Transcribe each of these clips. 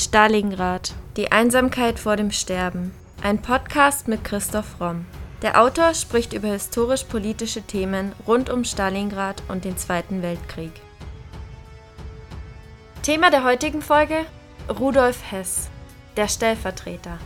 Stalingrad. Die Einsamkeit vor dem Sterben. Ein Podcast mit Christoph Romm. Der Autor spricht über historisch-politische Themen rund um Stalingrad und den Zweiten Weltkrieg. Thema der heutigen Folge: Rudolf Hess, der Stellvertreter.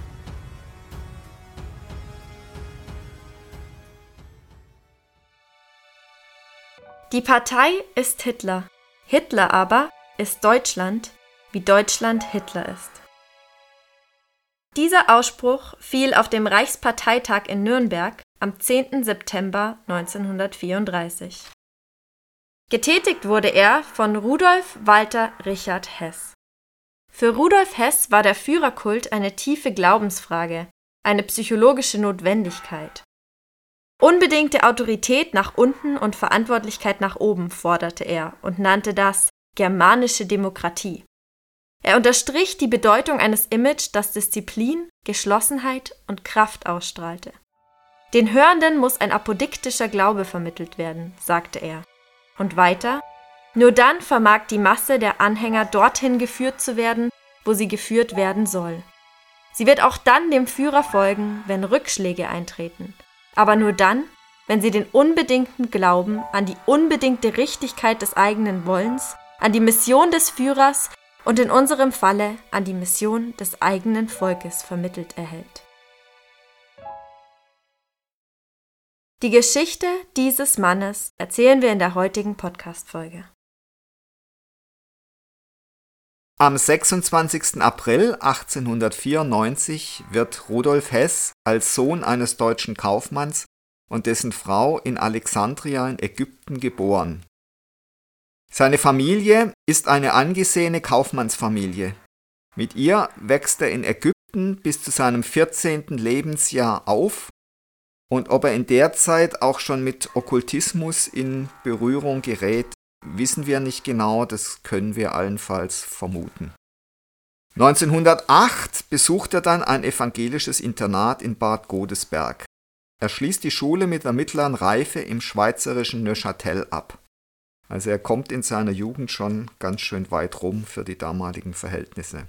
Die Partei ist Hitler. Hitler aber ist Deutschland, wie Deutschland Hitler ist. Dieser Ausspruch fiel auf dem Reichsparteitag in Nürnberg am 10. September 1934. Getätigt wurde er von Rudolf Walter Richard Hess. Für Rudolf Hess war der Führerkult eine tiefe Glaubensfrage, eine psychologische Notwendigkeit. Unbedingte Autorität nach unten und Verantwortlichkeit nach oben forderte er und nannte das germanische Demokratie. Er unterstrich die Bedeutung eines Image, das Disziplin, Geschlossenheit und Kraft ausstrahlte. Den Hörenden muss ein apodiktischer Glaube vermittelt werden, sagte er. Und weiter: Nur dann vermag die Masse der Anhänger dorthin geführt zu werden, wo sie geführt werden soll. Sie wird auch dann dem Führer folgen, wenn Rückschläge eintreten. Aber nur dann, wenn sie den unbedingten Glauben an die unbedingte Richtigkeit des eigenen Wollens, an die Mission des Führers und in unserem Falle an die Mission des eigenen Volkes vermittelt erhält. Die Geschichte dieses Mannes erzählen wir in der heutigen Podcast-Folge. Am 26. April 1894 wird Rudolf Hess als Sohn eines deutschen Kaufmanns und dessen Frau in Alexandria in Ägypten geboren. Seine Familie ist eine angesehene Kaufmannsfamilie. Mit ihr wächst er in Ägypten bis zu seinem 14. Lebensjahr auf, und ob er in der Zeit auch schon mit Okkultismus in Berührung gerät, wissen wir nicht genau, das können wir allenfalls vermuten. 1908 besucht er dann ein evangelisches Internat in Bad Godesberg. Er schließt die Schule mit der mittleren Reife im schweizerischen Neuchâtel ab. Also er kommt in seiner Jugend schon ganz schön weit rum für die damaligen Verhältnisse.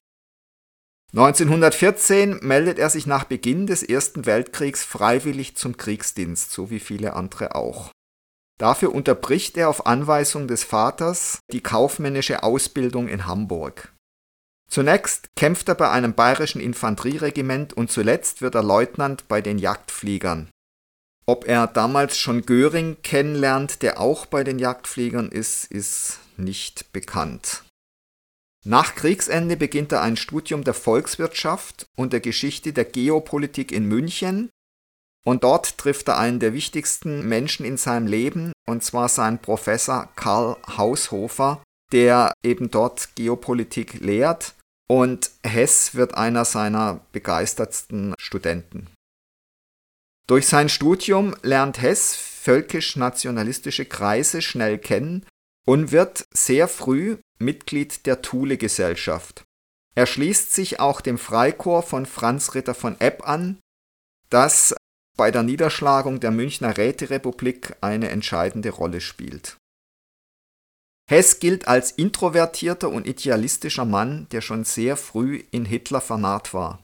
1914 meldet er sich nach Beginn des Ersten Weltkriegs freiwillig zum Kriegsdienst, so wie viele andere auch. Dafür unterbricht er auf Anweisung des Vaters die kaufmännische Ausbildung in Hamburg. Zunächst kämpft er bei einem bayerischen Infanterieregiment und zuletzt wird er Leutnant bei den Jagdfliegern. Ob er damals schon Göring kennenlernt, der auch bei den Jagdfliegern ist nicht bekannt. Nach Kriegsende beginnt er ein Studium der Volkswirtschaft und der Geschichte der Geopolitik in München, und dort trifft er einen der wichtigsten Menschen in seinem Leben, und zwar seinen Professor Karl Haushofer, der eben dort Geopolitik lehrt, und Hess wird einer seiner begeistertsten Studenten. Durch sein Studium lernt Hess völkisch-nationalistische Kreise schnell kennen und wird sehr früh Mitglied der Thule-Gesellschaft. Er schließt sich auch dem Freikorps von Franz Ritter von Epp an, das bei der Niederschlagung der Münchner Räterepublik eine entscheidende Rolle spielt. Hess gilt als introvertierter und idealistischer Mann, der schon sehr früh in Hitler vernarrt war.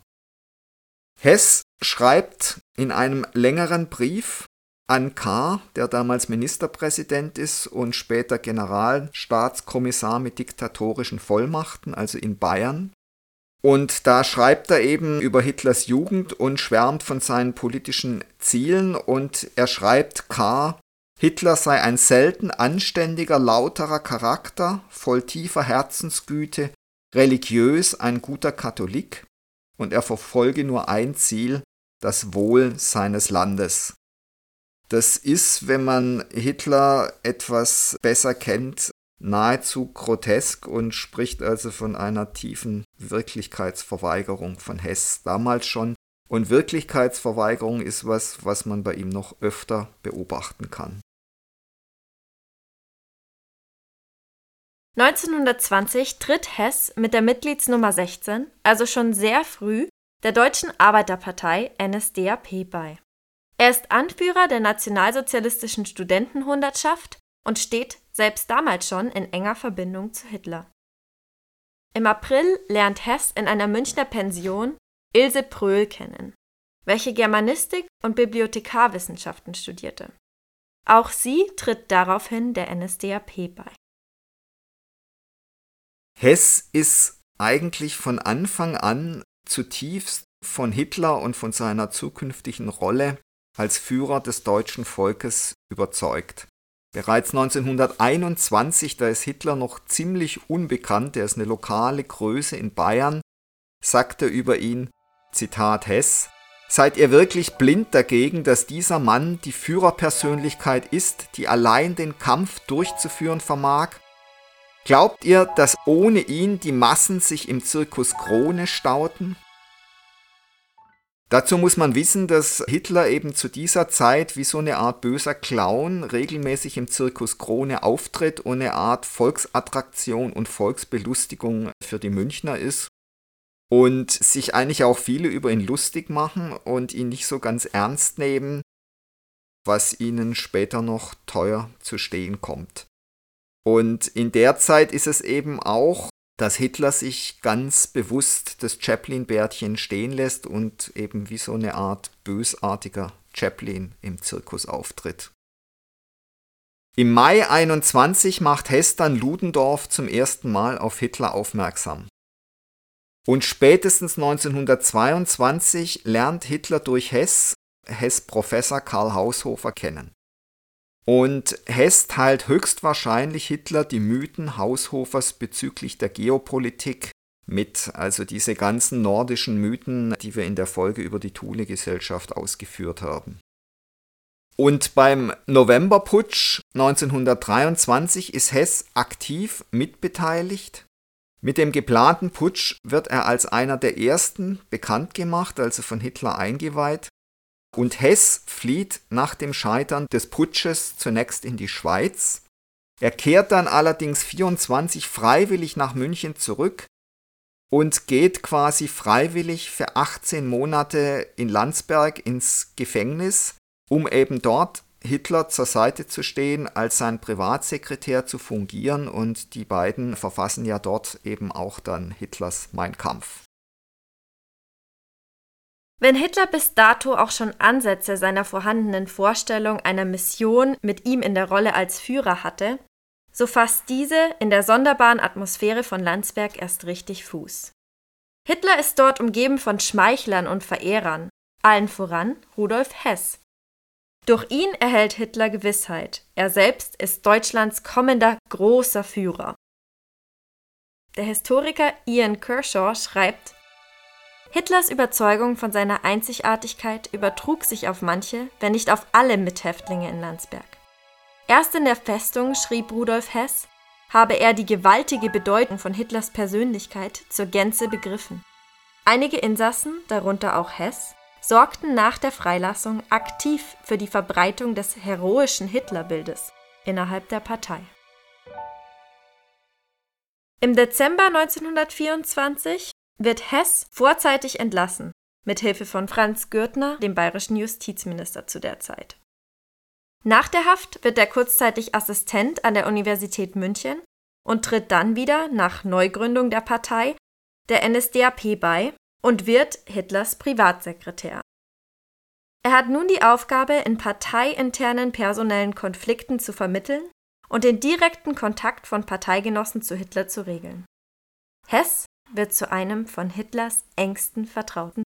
Hess schreibt in einem längeren Brief an Kahr, der damals Ministerpräsident ist und später Generalstaatskommissar mit diktatorischen Vollmachten, also in Bayern. Und da schreibt er eben über Hitlers Jugend und schwärmt von seinen politischen Zielen, und er schreibt Kahr: Hitler sei ein selten anständiger, lauterer Charakter, voll tiefer Herzensgüte, religiös ein guter Katholik, und er verfolge nur ein Ziel: das Wohl seines Landes. Das ist, wenn man Hitler etwas besser kennt, nahezu grotesk und spricht also von einer tiefen Wirklichkeitsverweigerung von Hess damals schon. Und Wirklichkeitsverweigerung ist was man bei ihm noch öfter beobachten kann. 1920 tritt Hess mit der Mitgliedsnummer 16, also schon sehr früh, der Deutschen Arbeiterpartei NSDAP bei. Er ist Anführer der nationalsozialistischen Studentenhundertschaft und steht selbst damals schon in enger Verbindung zu Hitler. Im April lernt Hess in einer Münchner Pension Ilse Pröhl kennen, welche Germanistik und Bibliothekarwissenschaften studierte. Auch sie tritt daraufhin der NSDAP bei. Hess ist eigentlich von Anfang an zutiefst von Hitler und von seiner zukünftigen Rolle als Führer des deutschen Volkes überzeugt. Bereits 1921, da ist Hitler noch ziemlich unbekannt, er ist eine lokale Größe in Bayern, sagt er über ihn, Zitat Hess: Seid ihr wirklich blind dagegen, dass dieser Mann die Führerpersönlichkeit ist, die allein den Kampf durchzuführen vermag? Glaubt ihr, dass ohne ihn die Massen sich im Zirkus Krone stauten? Dazu muss man wissen, dass Hitler eben zu dieser Zeit wie so eine Art böser Clown regelmäßig im Zirkus Krone auftritt und eine Art Volksattraktion und Volksbelustigung für die Münchner ist und sich eigentlich auch viele über ihn lustig machen und ihn nicht so ganz ernst nehmen, was ihnen später noch teuer zu stehen kommt. Und in der Zeit ist es eben auch, dass Hitler sich ganz bewusst das Chaplin-Bärtchen stehen lässt und eben wie so eine Art bösartiger Chaplin im Zirkus auftritt. Im Mai 1921 macht Hess dann Ludendorff zum ersten Mal auf Hitler aufmerksam. Und spätestens 1922 lernt Hitler durch Hess Professor Karl Haushofer kennen. Und Hess teilt höchstwahrscheinlich Hitler die Mythen Haushofers bezüglich der Geopolitik mit, also diese ganzen nordischen Mythen, die wir in der Folge über die Thule-Gesellschaft ausgeführt haben. Und beim Novemberputsch 1923 ist Hess aktiv mitbeteiligt. Mit dem geplanten Putsch wird er als einer der ersten bekannt gemacht, also von Hitler eingeweiht. Und Hess flieht nach dem Scheitern des Putsches zunächst in die Schweiz. Er kehrt dann allerdings 1924 freiwillig nach München zurück und geht quasi freiwillig für 18 Monate in Landsberg ins Gefängnis, um eben dort Hitler zur Seite zu stehen, als sein Privatsekretär zu fungieren, und die beiden verfassen ja dort eben auch dann Hitlers Mein Kampf. Wenn Hitler bis dato auch schon Ansätze seiner vorhandenen Vorstellung einer Mission mit ihm in der Rolle als Führer hatte, so fasst diese in der sonderbaren Atmosphäre von Landsberg erst richtig Fuß. Hitler ist dort umgeben von Schmeichlern und Verehrern, allen voran Rudolf Hess. Durch ihn erhält Hitler Gewissheit, er selbst ist Deutschlands kommender großer Führer. Der Historiker Ian Kershaw schreibt: Hitlers Überzeugung von seiner Einzigartigkeit übertrug sich auf manche, wenn nicht auf alle Mithäftlinge in Landsberg. Erst in der Festung, schrieb Rudolf Hess, habe er die gewaltige Bedeutung von Hitlers Persönlichkeit zur Gänze begriffen. Einige Insassen, darunter auch Hess, sorgten nach der Freilassung aktiv für die Verbreitung des heroischen Hitlerbildes innerhalb der Partei. Im Dezember 1924 wird Hess vorzeitig entlassen, mit Hilfe von Franz Gürtner, dem bayerischen Justizminister zu der Zeit. Nach der Haft wird er kurzzeitig Assistent an der Universität München und tritt dann wieder, nach Neugründung der Partei, der NSDAP bei und wird Hitlers Privatsekretär. Er hat nun die Aufgabe, in parteiinternen personellen Konflikten zu vermitteln und den direkten Kontakt von Parteigenossen zu Hitler zu regeln. Hess wird zu einem von Hitlers engsten Vertrauten.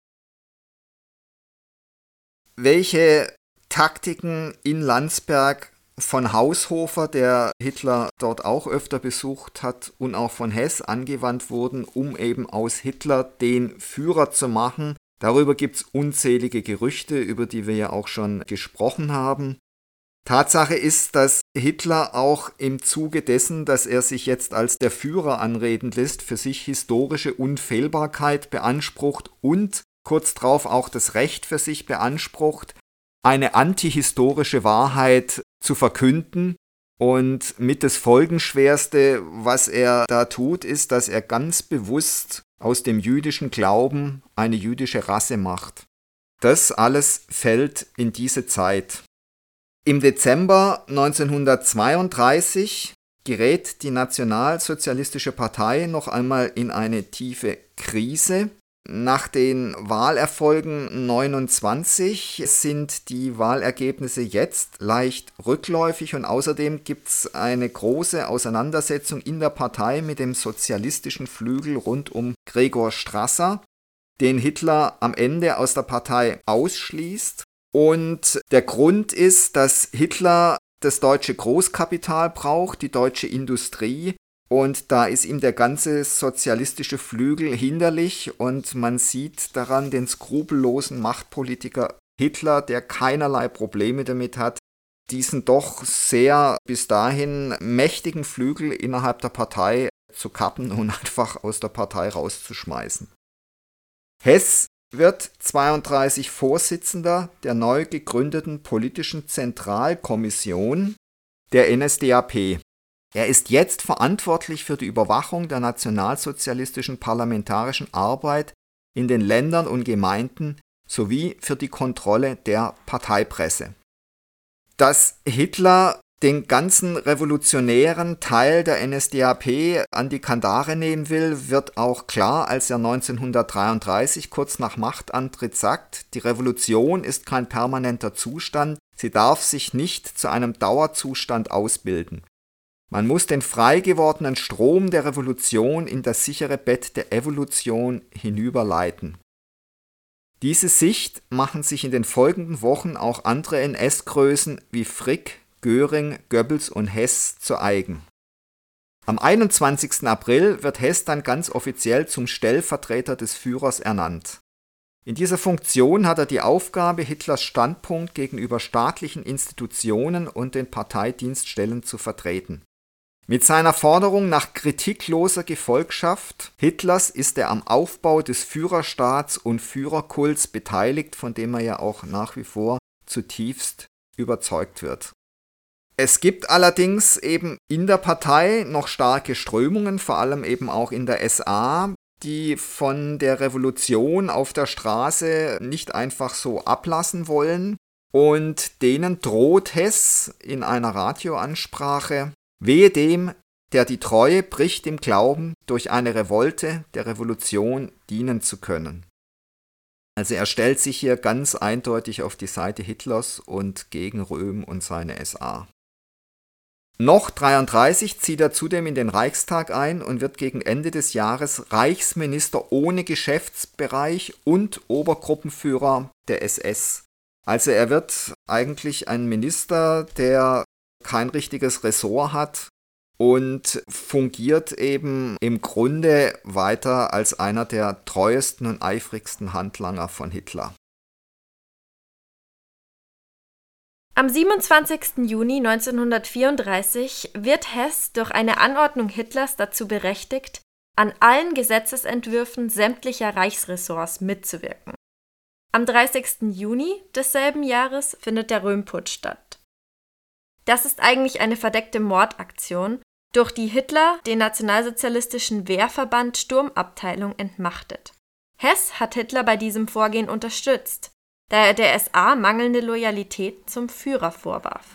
Welche Taktiken in Landsberg von Haushofer, der Hitler dort auch öfter besucht hat, und auch von Hess angewandt wurden, um eben aus Hitler den Führer zu machen, darüber gibt es unzählige Gerüchte, über die wir ja auch schon gesprochen haben. Tatsache ist, dass Hitler auch im Zuge dessen, dass er sich jetzt als der Führer anreden lässt, für sich historische Unfehlbarkeit beansprucht und kurz darauf auch das Recht für sich beansprucht, eine antihistorische Wahrheit zu verkünden. Und mit das Folgenschwerste, was er da tut, ist, dass er ganz bewusst aus dem jüdischen Glauben eine jüdische Rasse macht. Das alles fällt in diese Zeit. Im Dezember 1932 gerät die Nationalsozialistische Partei noch einmal in eine tiefe Krise. Nach den Wahlerfolgen 29 sind die Wahlergebnisse jetzt leicht rückläufig und außerdem gibt es eine große Auseinandersetzung in der Partei mit dem sozialistischen Flügel rund um Gregor Strasser, den Hitler am Ende aus der Partei ausschließt. Und der Grund ist, dass Hitler das deutsche Großkapital braucht, die deutsche Industrie. Und da ist ihm der ganze sozialistische Flügel hinderlich und man sieht daran den skrupellosen Machtpolitiker Hitler, der keinerlei Probleme damit hat, diesen doch sehr bis dahin mächtigen Flügel innerhalb der Partei zu kappen und einfach aus der Partei rauszuschmeißen. Hess wird 32 Vorsitzender der neu gegründeten politischen Zentralkommission der NSDAP. Er ist jetzt verantwortlich für die Überwachung der nationalsozialistischen parlamentarischen Arbeit in den Ländern und Gemeinden sowie für die Kontrolle der Parteipresse. Dass Hitler den ganzen revolutionären Teil der NSDAP an die Kandare nehmen will, wird auch klar, als er 1933 kurz nach Machtantritt sagt, die Revolution ist kein permanenter Zustand, sie darf sich nicht zu einem Dauerzustand ausbilden. Man muss den frei gewordenen Strom der Revolution in das sichere Bett der Evolution hinüberleiten. Diese Sicht machen sich in den folgenden Wochen auch andere NS-Größen wie Frick, Göring, Goebbels und Hess zu eigen. Am 21. April wird Hess dann ganz offiziell zum Stellvertreter des Führers ernannt. In dieser Funktion hat er die Aufgabe, Hitlers Standpunkt gegenüber staatlichen Institutionen und den Parteidienststellen zu vertreten. Mit seiner Forderung nach kritikloser Gefolgschaft Hitlers ist er am Aufbau des Führerstaats und Führerkults beteiligt, von dem er ja auch nach wie vor zutiefst überzeugt wird. Es gibt allerdings eben in der Partei noch starke Strömungen, vor allem eben auch in der SA, die von der Revolution auf der Straße nicht einfach so ablassen wollen und denen droht Hess in einer Radioansprache: Wehe dem, der die Treue bricht im Glauben, durch eine Revolte der Revolution dienen zu können. Also er stellt sich hier ganz eindeutig auf die Seite Hitlers und gegen Röhm und seine SA. Noch 1933 zieht er zudem in den Reichstag ein und wird gegen Ende des Jahres Reichsminister ohne Geschäftsbereich und Obergruppenführer der SS. Also er wird eigentlich ein Minister, der kein richtiges Ressort hat und fungiert eben im Grunde weiter als einer der treuesten und eifrigsten Handlanger von Hitler. Am 27. Juni 1934 wird Hess durch eine Anordnung Hitlers dazu berechtigt, an allen Gesetzesentwürfen sämtlicher Reichsressorts mitzuwirken. Am 30. Juni desselben Jahres findet der Röhm-Putsch statt. Das ist eigentlich eine verdeckte Mordaktion, durch die Hitler den nationalsozialistischen Wehrverband Sturmabteilung entmachtet. Hess hat Hitler bei diesem Vorgehen unterstützt, da er der SA mangelnde Loyalität zum Führer vorwarf.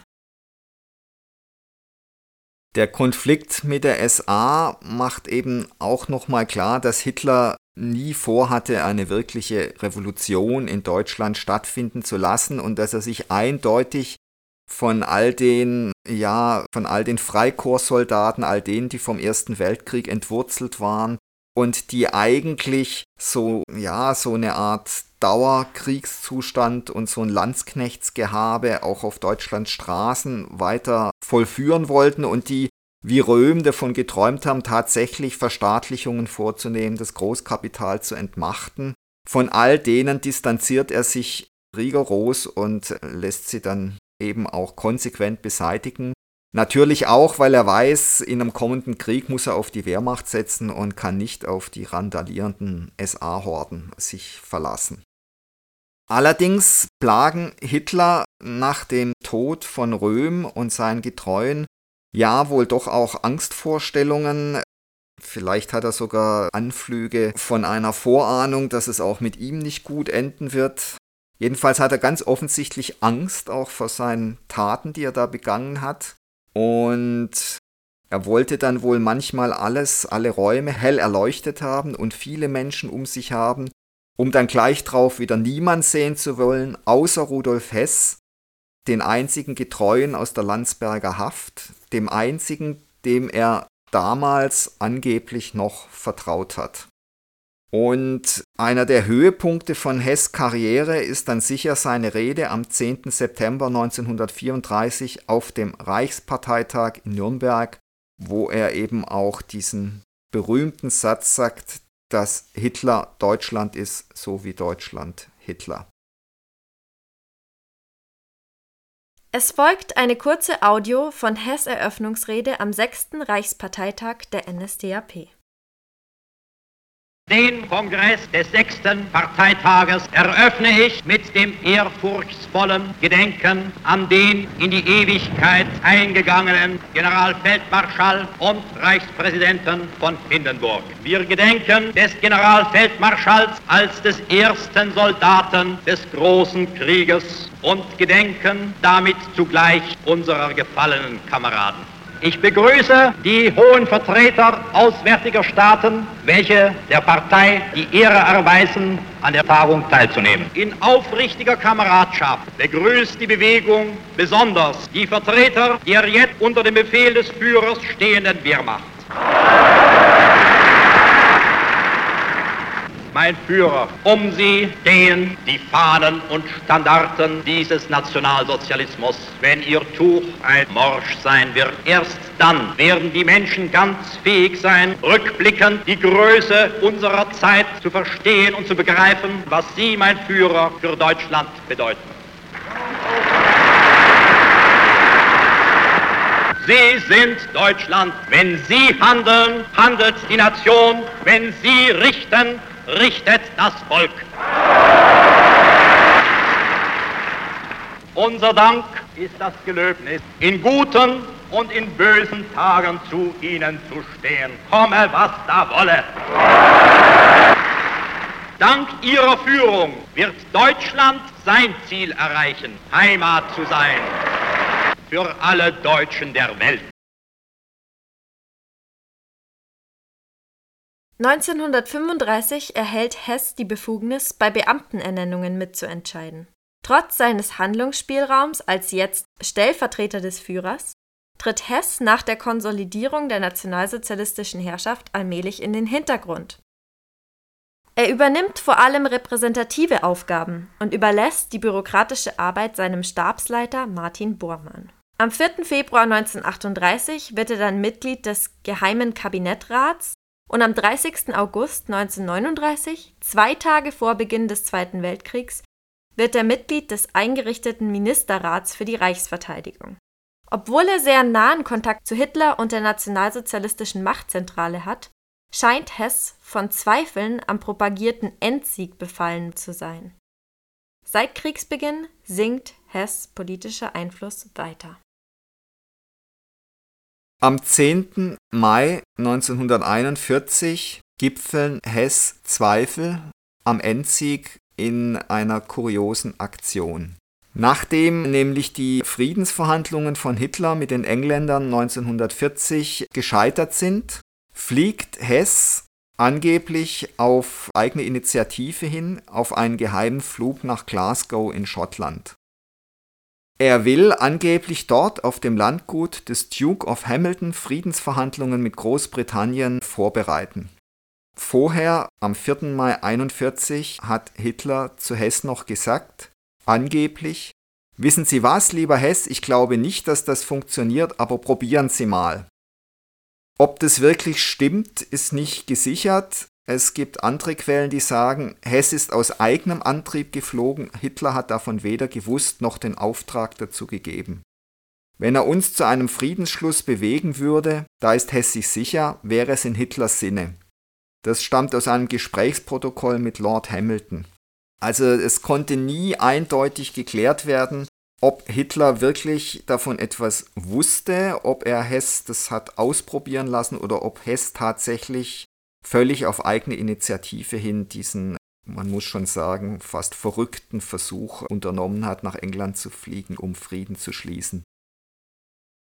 Der Konflikt mit der SA macht eben auch nochmal klar, dass Hitler nie vorhatte, eine wirkliche Revolution in Deutschland stattfinden zu lassen und dass er sich eindeutig von all den Freikorpssoldaten, all denen, die vom Ersten Weltkrieg entwurzelt waren und die eigentlich so eine Art Dauerkriegszustand und so ein Landsknechtsgehabe auch auf Deutschlands Straßen weiter vollführen wollten und die, wie Röhm davon geträumt haben, tatsächlich Verstaatlichungen vorzunehmen, das Großkapital zu entmachten. Von all denen distanziert er sich rigoros und lässt sie dann eben auch konsequent beseitigen. Natürlich auch, weil er weiß, in einem kommenden Krieg muss er auf die Wehrmacht setzen und kann nicht auf die randalierenden SA-Horden sich verlassen. Allerdings plagen Hitler nach dem Tod von Röhm und seinen Getreuen ja wohl doch auch Angstvorstellungen. Vielleicht hat er sogar Anflüge von einer Vorahnung, dass es auch mit ihm nicht gut enden wird. Jedenfalls hat er ganz offensichtlich Angst auch vor seinen Taten, die er da begangen hat. Und Er wollte dann wohl manchmal alle Räume hell erleuchtet haben und viele Menschen um sich haben, um dann gleich drauf wieder niemand sehen zu wollen, außer Rudolf Hess, den einzigen Getreuen aus der Landsberger Haft, dem einzigen, dem er damals angeblich noch vertraut hat. Und einer der Höhepunkte von Hess' Karriere ist dann sicher seine Rede am 10. September 1934 auf dem Reichsparteitag in Nürnberg, wo er eben auch diesen berühmten Satz sagt, dass Hitler Deutschland ist, so wie Deutschland Hitler. Es folgt eine kurze Audio von Hess' Eröffnungsrede am 6. Reichsparteitag der NSDAP. Den Kongress des 6. Parteitages eröffne ich mit dem ehrfurchtsvollen Gedenken an den in die Ewigkeit eingegangenen Generalfeldmarschall und Reichspräsidenten von Hindenburg. Wir gedenken des Generalfeldmarschalls als des ersten Soldaten des großen Krieges und gedenken damit zugleich unserer gefallenen Kameraden. Ich begrüße die hohen Vertreter auswärtiger Staaten, welche der Partei die Ehre erweisen, an der Tagung teilzunehmen. In aufrichtiger Kameradschaft begrüßt die Bewegung besonders die Vertreter der jetzt unter dem Befehl des Führers stehenden Wehrmacht. Mein Führer, um Sie stehen die Fahnen und Standarten dieses Nationalsozialismus. Wenn Ihr Tuch ein Morsch sein wird, erst dann werden die Menschen ganz fähig sein, rückblickend die Größe unserer Zeit zu verstehen und zu begreifen, was Sie, mein Führer, für Deutschland bedeuten. Sie sind Deutschland. Wenn Sie handeln, handelt die Nation. Wenn Sie richten, richtet das Volk. Unser Dank ist das Gelöbnis, in guten und in bösen Tagen zu Ihnen zu stehen, komme was da wolle. Dank Ihrer Führung wird Deutschland sein Ziel erreichen, Heimat zu sein für alle Deutschen der Welt. 1935 erhält Hess die Befugnis, bei Beamtenernennungen mitzuentscheiden. Trotz seines Handlungsspielraums als jetzt Stellvertreter des Führers tritt Hess nach der Konsolidierung der nationalsozialistischen Herrschaft allmählich in den Hintergrund. Er übernimmt vor allem repräsentative Aufgaben und überlässt die bürokratische Arbeit seinem Stabsleiter Martin Bormann. Am 4. Februar 1938 wird er dann Mitglied des Geheimen Kabinettrats und am 30. August 1939, 2 Tage vor Beginn des Zweiten Weltkriegs, wird er Mitglied des eingerichteten Ministerrats für die Reichsverteidigung. Obwohl er sehr nahen Kontakt zu Hitler und der nationalsozialistischen Machtzentrale hat, scheint Hess von Zweifeln am propagierten Endsieg befallen zu sein. Seit Kriegsbeginn sinkt Hess' politischer Einfluss weiter. Am 10. Mai 1941 gipfeln Hess' Zweifel am Endsieg in einer kuriosen Aktion. Nachdem nämlich die Friedensverhandlungen von Hitler mit den Engländern 1940 gescheitert sind, fliegt Hess angeblich auf eigene Initiative hin auf einen geheimen Flug nach Glasgow in Schottland. Er will angeblich dort auf dem Landgut des Duke of Hamilton Friedensverhandlungen mit Großbritannien vorbereiten. Vorher, am 4. Mai 1941, hat Hitler zu Hess noch gesagt, angeblich: Wissen Sie was, lieber Hess, ich glaube nicht, dass das funktioniert, aber probieren Sie mal. Ob das wirklich stimmt, ist nicht gesichert. Es gibt andere Quellen, die sagen, Hess ist aus eigenem Antrieb geflogen, Hitler hat davon weder gewusst noch den Auftrag dazu gegeben. Wenn er uns zu einem Friedensschluss bewegen würde, da ist Hess sich sicher, wäre es in Hitlers Sinne. Das stammt aus einem Gesprächsprotokoll mit Lord Hamilton. Also es konnte nie eindeutig geklärt werden, ob Hitler wirklich davon etwas wusste, ob er Hess das hat ausprobieren lassen oder ob Hess tatsächlich völlig auf eigene Initiative hin diesen, man muss schon sagen, fast verrückten Versuch unternommen hat, nach England zu fliegen, um Frieden zu schließen.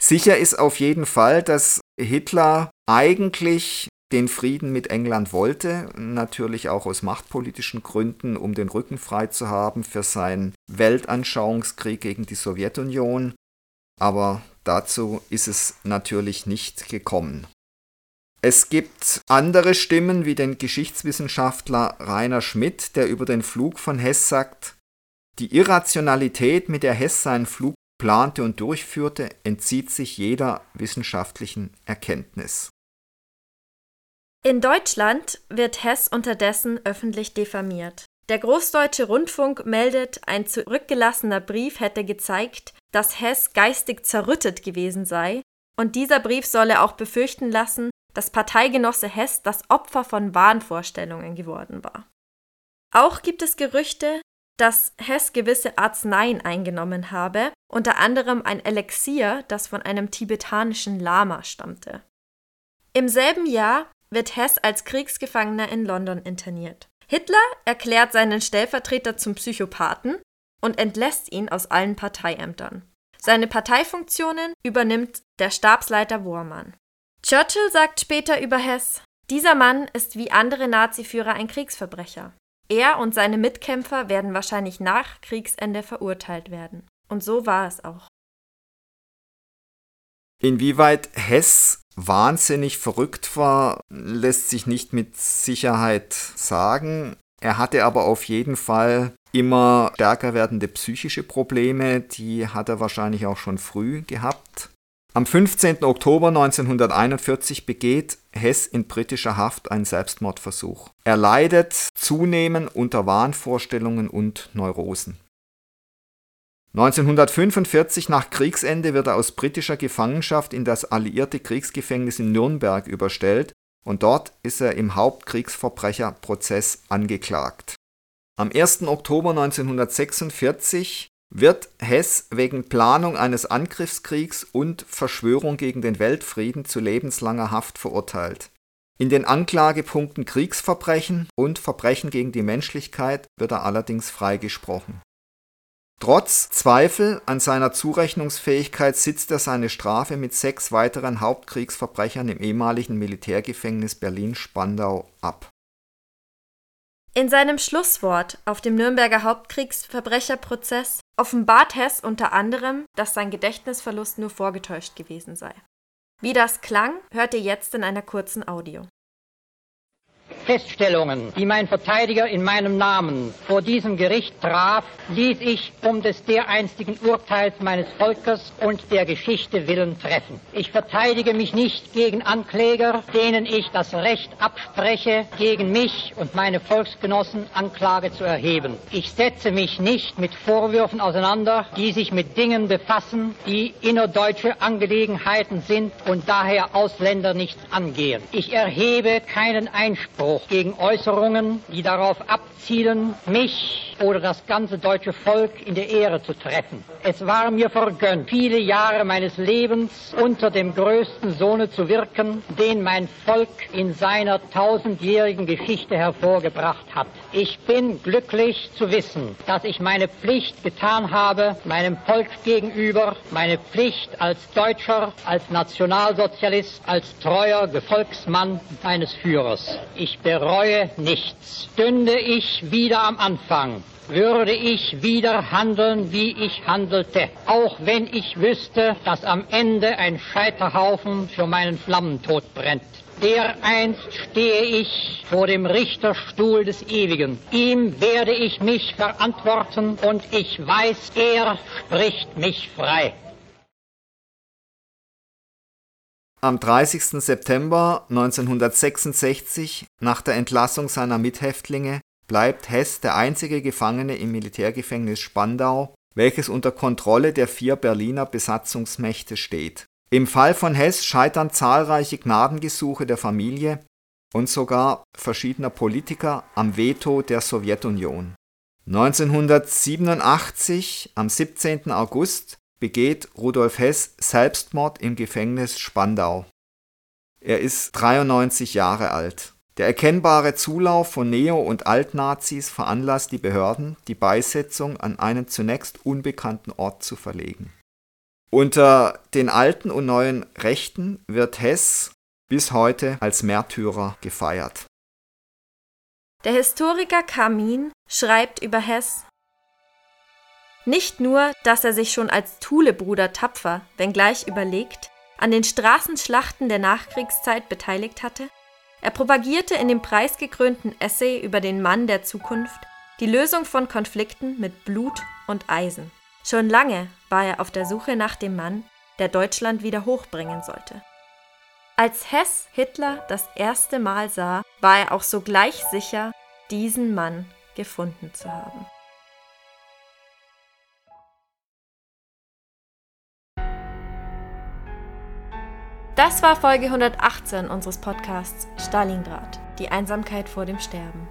Sicher ist auf jeden Fall, dass Hitler eigentlich den Frieden mit England wollte, natürlich auch aus machtpolitischen Gründen, um den Rücken frei zu haben für seinen Weltanschauungskrieg gegen die Sowjetunion, aber dazu ist es natürlich nicht gekommen. Es gibt andere Stimmen, wie den Geschichtswissenschaftler Rainer Schmidt, der über den Flug von Hess sagt: Die Irrationalität, mit der Hess seinen Flug plante und durchführte, entzieht sich jeder wissenschaftlichen Erkenntnis. In Deutschland wird Hess unterdessen öffentlich diffamiert. Der Großdeutsche Rundfunk meldet, ein zurückgelassener Brief hätte gezeigt, dass Hess geistig zerrüttet gewesen sei, und dieser Brief solle auch befürchten lassen, dass Parteigenosse Hess das Opfer von Wahnvorstellungen geworden war. Auch gibt es Gerüchte, dass Hess gewisse Arzneien eingenommen habe, unter anderem ein Elixier, das von einem tibetanischen Lama stammte. Im selben Jahr wird Hess als Kriegsgefangener in London interniert. Hitler erklärt seinen Stellvertreter zum Psychopathen und entlässt ihn aus allen Parteiämtern. Seine Parteifunktionen übernimmt der Stabsleiter Bormann. Churchill sagt später über Hess: Dieser Mann ist wie andere Naziführer ein Kriegsverbrecher. Er und seine Mitkämpfer werden wahrscheinlich nach Kriegsende verurteilt werden. Und so war es auch. Inwieweit Hess wahnsinnig verrückt war, lässt sich nicht mit Sicherheit sagen. Er hatte aber auf jeden Fall immer stärker werdende psychische Probleme, die hat er wahrscheinlich auch schon früh gehabt. Am 15. Oktober 1941 begeht Hess in britischer Haft einen Selbstmordversuch. Er leidet zunehmend unter Wahnvorstellungen und Neurosen. 1945 nach Kriegsende wird er aus britischer Gefangenschaft in das alliierte Kriegsgefängnis in Nürnberg überstellt und dort ist er im Hauptkriegsverbrecherprozess angeklagt. Am 1. Oktober 1946 wird Hess wegen Planung eines Angriffskriegs und Verschwörung gegen den Weltfrieden zu lebenslanger Haft verurteilt. In den Anklagepunkten Kriegsverbrechen und Verbrechen gegen die Menschlichkeit wird er allerdings freigesprochen. Trotz Zweifel an seiner Zurechnungsfähigkeit sitzt er seine Strafe mit 6 weiteren Hauptkriegsverbrechern im ehemaligen Militärgefängnis Berlin-Spandau ab. In seinem Schlusswort auf dem Nürnberger Hauptkriegsverbrecherprozess offenbart Hess unter anderem, dass sein Gedächtnisverlust nur vorgetäuscht gewesen sei. Wie das klang, hört ihr jetzt in einer kurzen Audio. Feststellungen, die mein Verteidiger in meinem Namen vor diesem Gericht traf, ließ ich um des dereinstigen Urteils meines Volkes und der Geschichte willen treffen. Ich verteidige mich nicht gegen Ankläger, denen ich das Recht abspreche, gegen mich und meine Volksgenossen Anklage zu erheben. Ich setze mich nicht mit Vorwürfen auseinander, die sich mit Dingen befassen, die innerdeutsche Angelegenheiten sind und daher Ausländer nichts angehen. Ich erhebe keinen Einspruch gegen Äußerungen, die darauf abzielen, mich oder das ganze deutsche Volk in der Ehre zu treffen. Es war mir vergönnt, viele Jahre meines Lebens unter dem größten Sohne zu wirken, den mein Volk in seiner 1000-jährigen Geschichte hervorgebracht hat. Ich bin glücklich zu wissen, dass ich meine Pflicht getan habe, meinem Volk gegenüber, meine Pflicht als Deutscher, als Nationalsozialist, als treuer Gefolgsmann meines Führers. Ich bereue nichts. Stünde ich wieder am Anfang, würde ich wieder handeln, wie ich handelte, auch wenn ich wüsste, dass am Ende ein Scheiterhaufen für meinen Flammentod brennt. Dereinst stehe ich vor dem Richterstuhl des Ewigen. Ihm werde ich mich verantworten und ich weiß, er spricht mich frei. Am 30. September 1966, nach der Entlassung seiner Mithäftlinge, bleibt Hess der einzige Gefangene im Militärgefängnis Spandau, welches unter Kontrolle der 4 Berliner Besatzungsmächte steht. Im Fall von Hess scheitern zahlreiche Gnadengesuche der Familie und sogar verschiedener Politiker am Veto der Sowjetunion. 1987, am 17. August, begeht Rudolf Hess Selbstmord im Gefängnis Spandau. Er ist 93 Jahre alt. Der erkennbare Zulauf von Neo- und Altnazis veranlasst die Behörden, die Beisetzung an einen zunächst unbekannten Ort zu verlegen. Unter den alten und neuen Rechten wird Hess bis heute als Märtyrer gefeiert. Der Historiker Kamin schreibt über Hess: Nicht nur, dass er sich schon als Thule-Bruder tapfer, wenngleich überlegt, an den Straßenschlachten der Nachkriegszeit beteiligt hatte, er propagierte in dem preisgekrönten Essay über den Mann der Zukunft die Lösung von Konflikten mit Blut und Eisen. Schon lange war er auf der Suche nach dem Mann, der Deutschland wieder hochbringen sollte. Als Hess Hitler das erste Mal sah, war er auch sogleich sicher, diesen Mann gefunden zu haben. Das war Folge 118 unseres Podcasts Stalingrad, die Einsamkeit vor dem Sterben.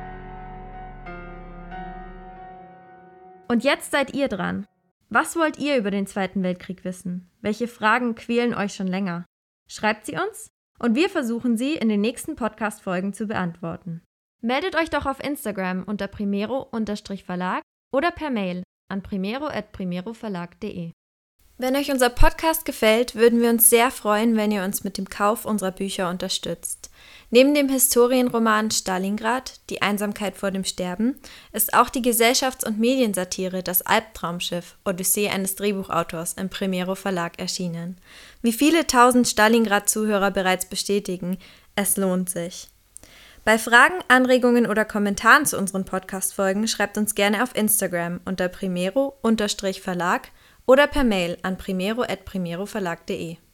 Und jetzt seid ihr dran. Was wollt ihr über den Zweiten Weltkrieg wissen? Welche Fragen quälen euch schon länger? Schreibt sie uns und wir versuchen sie in den nächsten Podcast-Folgen zu beantworten. Meldet euch doch auf Instagram unter primero_verlag oder per Mail an primero@primeroverlag.de. Wenn euch unser Podcast gefällt, würden wir uns sehr freuen, wenn ihr uns mit dem Kauf unserer Bücher unterstützt. Neben dem Historienroman Stalingrad, die Einsamkeit vor dem Sterben, ist auch die Gesellschafts- und Mediensatire Das Albtraumschiff, Odyssee eines Drehbuchautors im Primero Verlag erschienen. Wie viele tausend Stalingrad-Zuhörer bereits bestätigen, es lohnt sich. Bei Fragen, Anregungen oder Kommentaren zu unseren Podcast-Folgen schreibt uns gerne auf Instagram unter primero_verlag oder per Mail an primero@primeroverlag.de.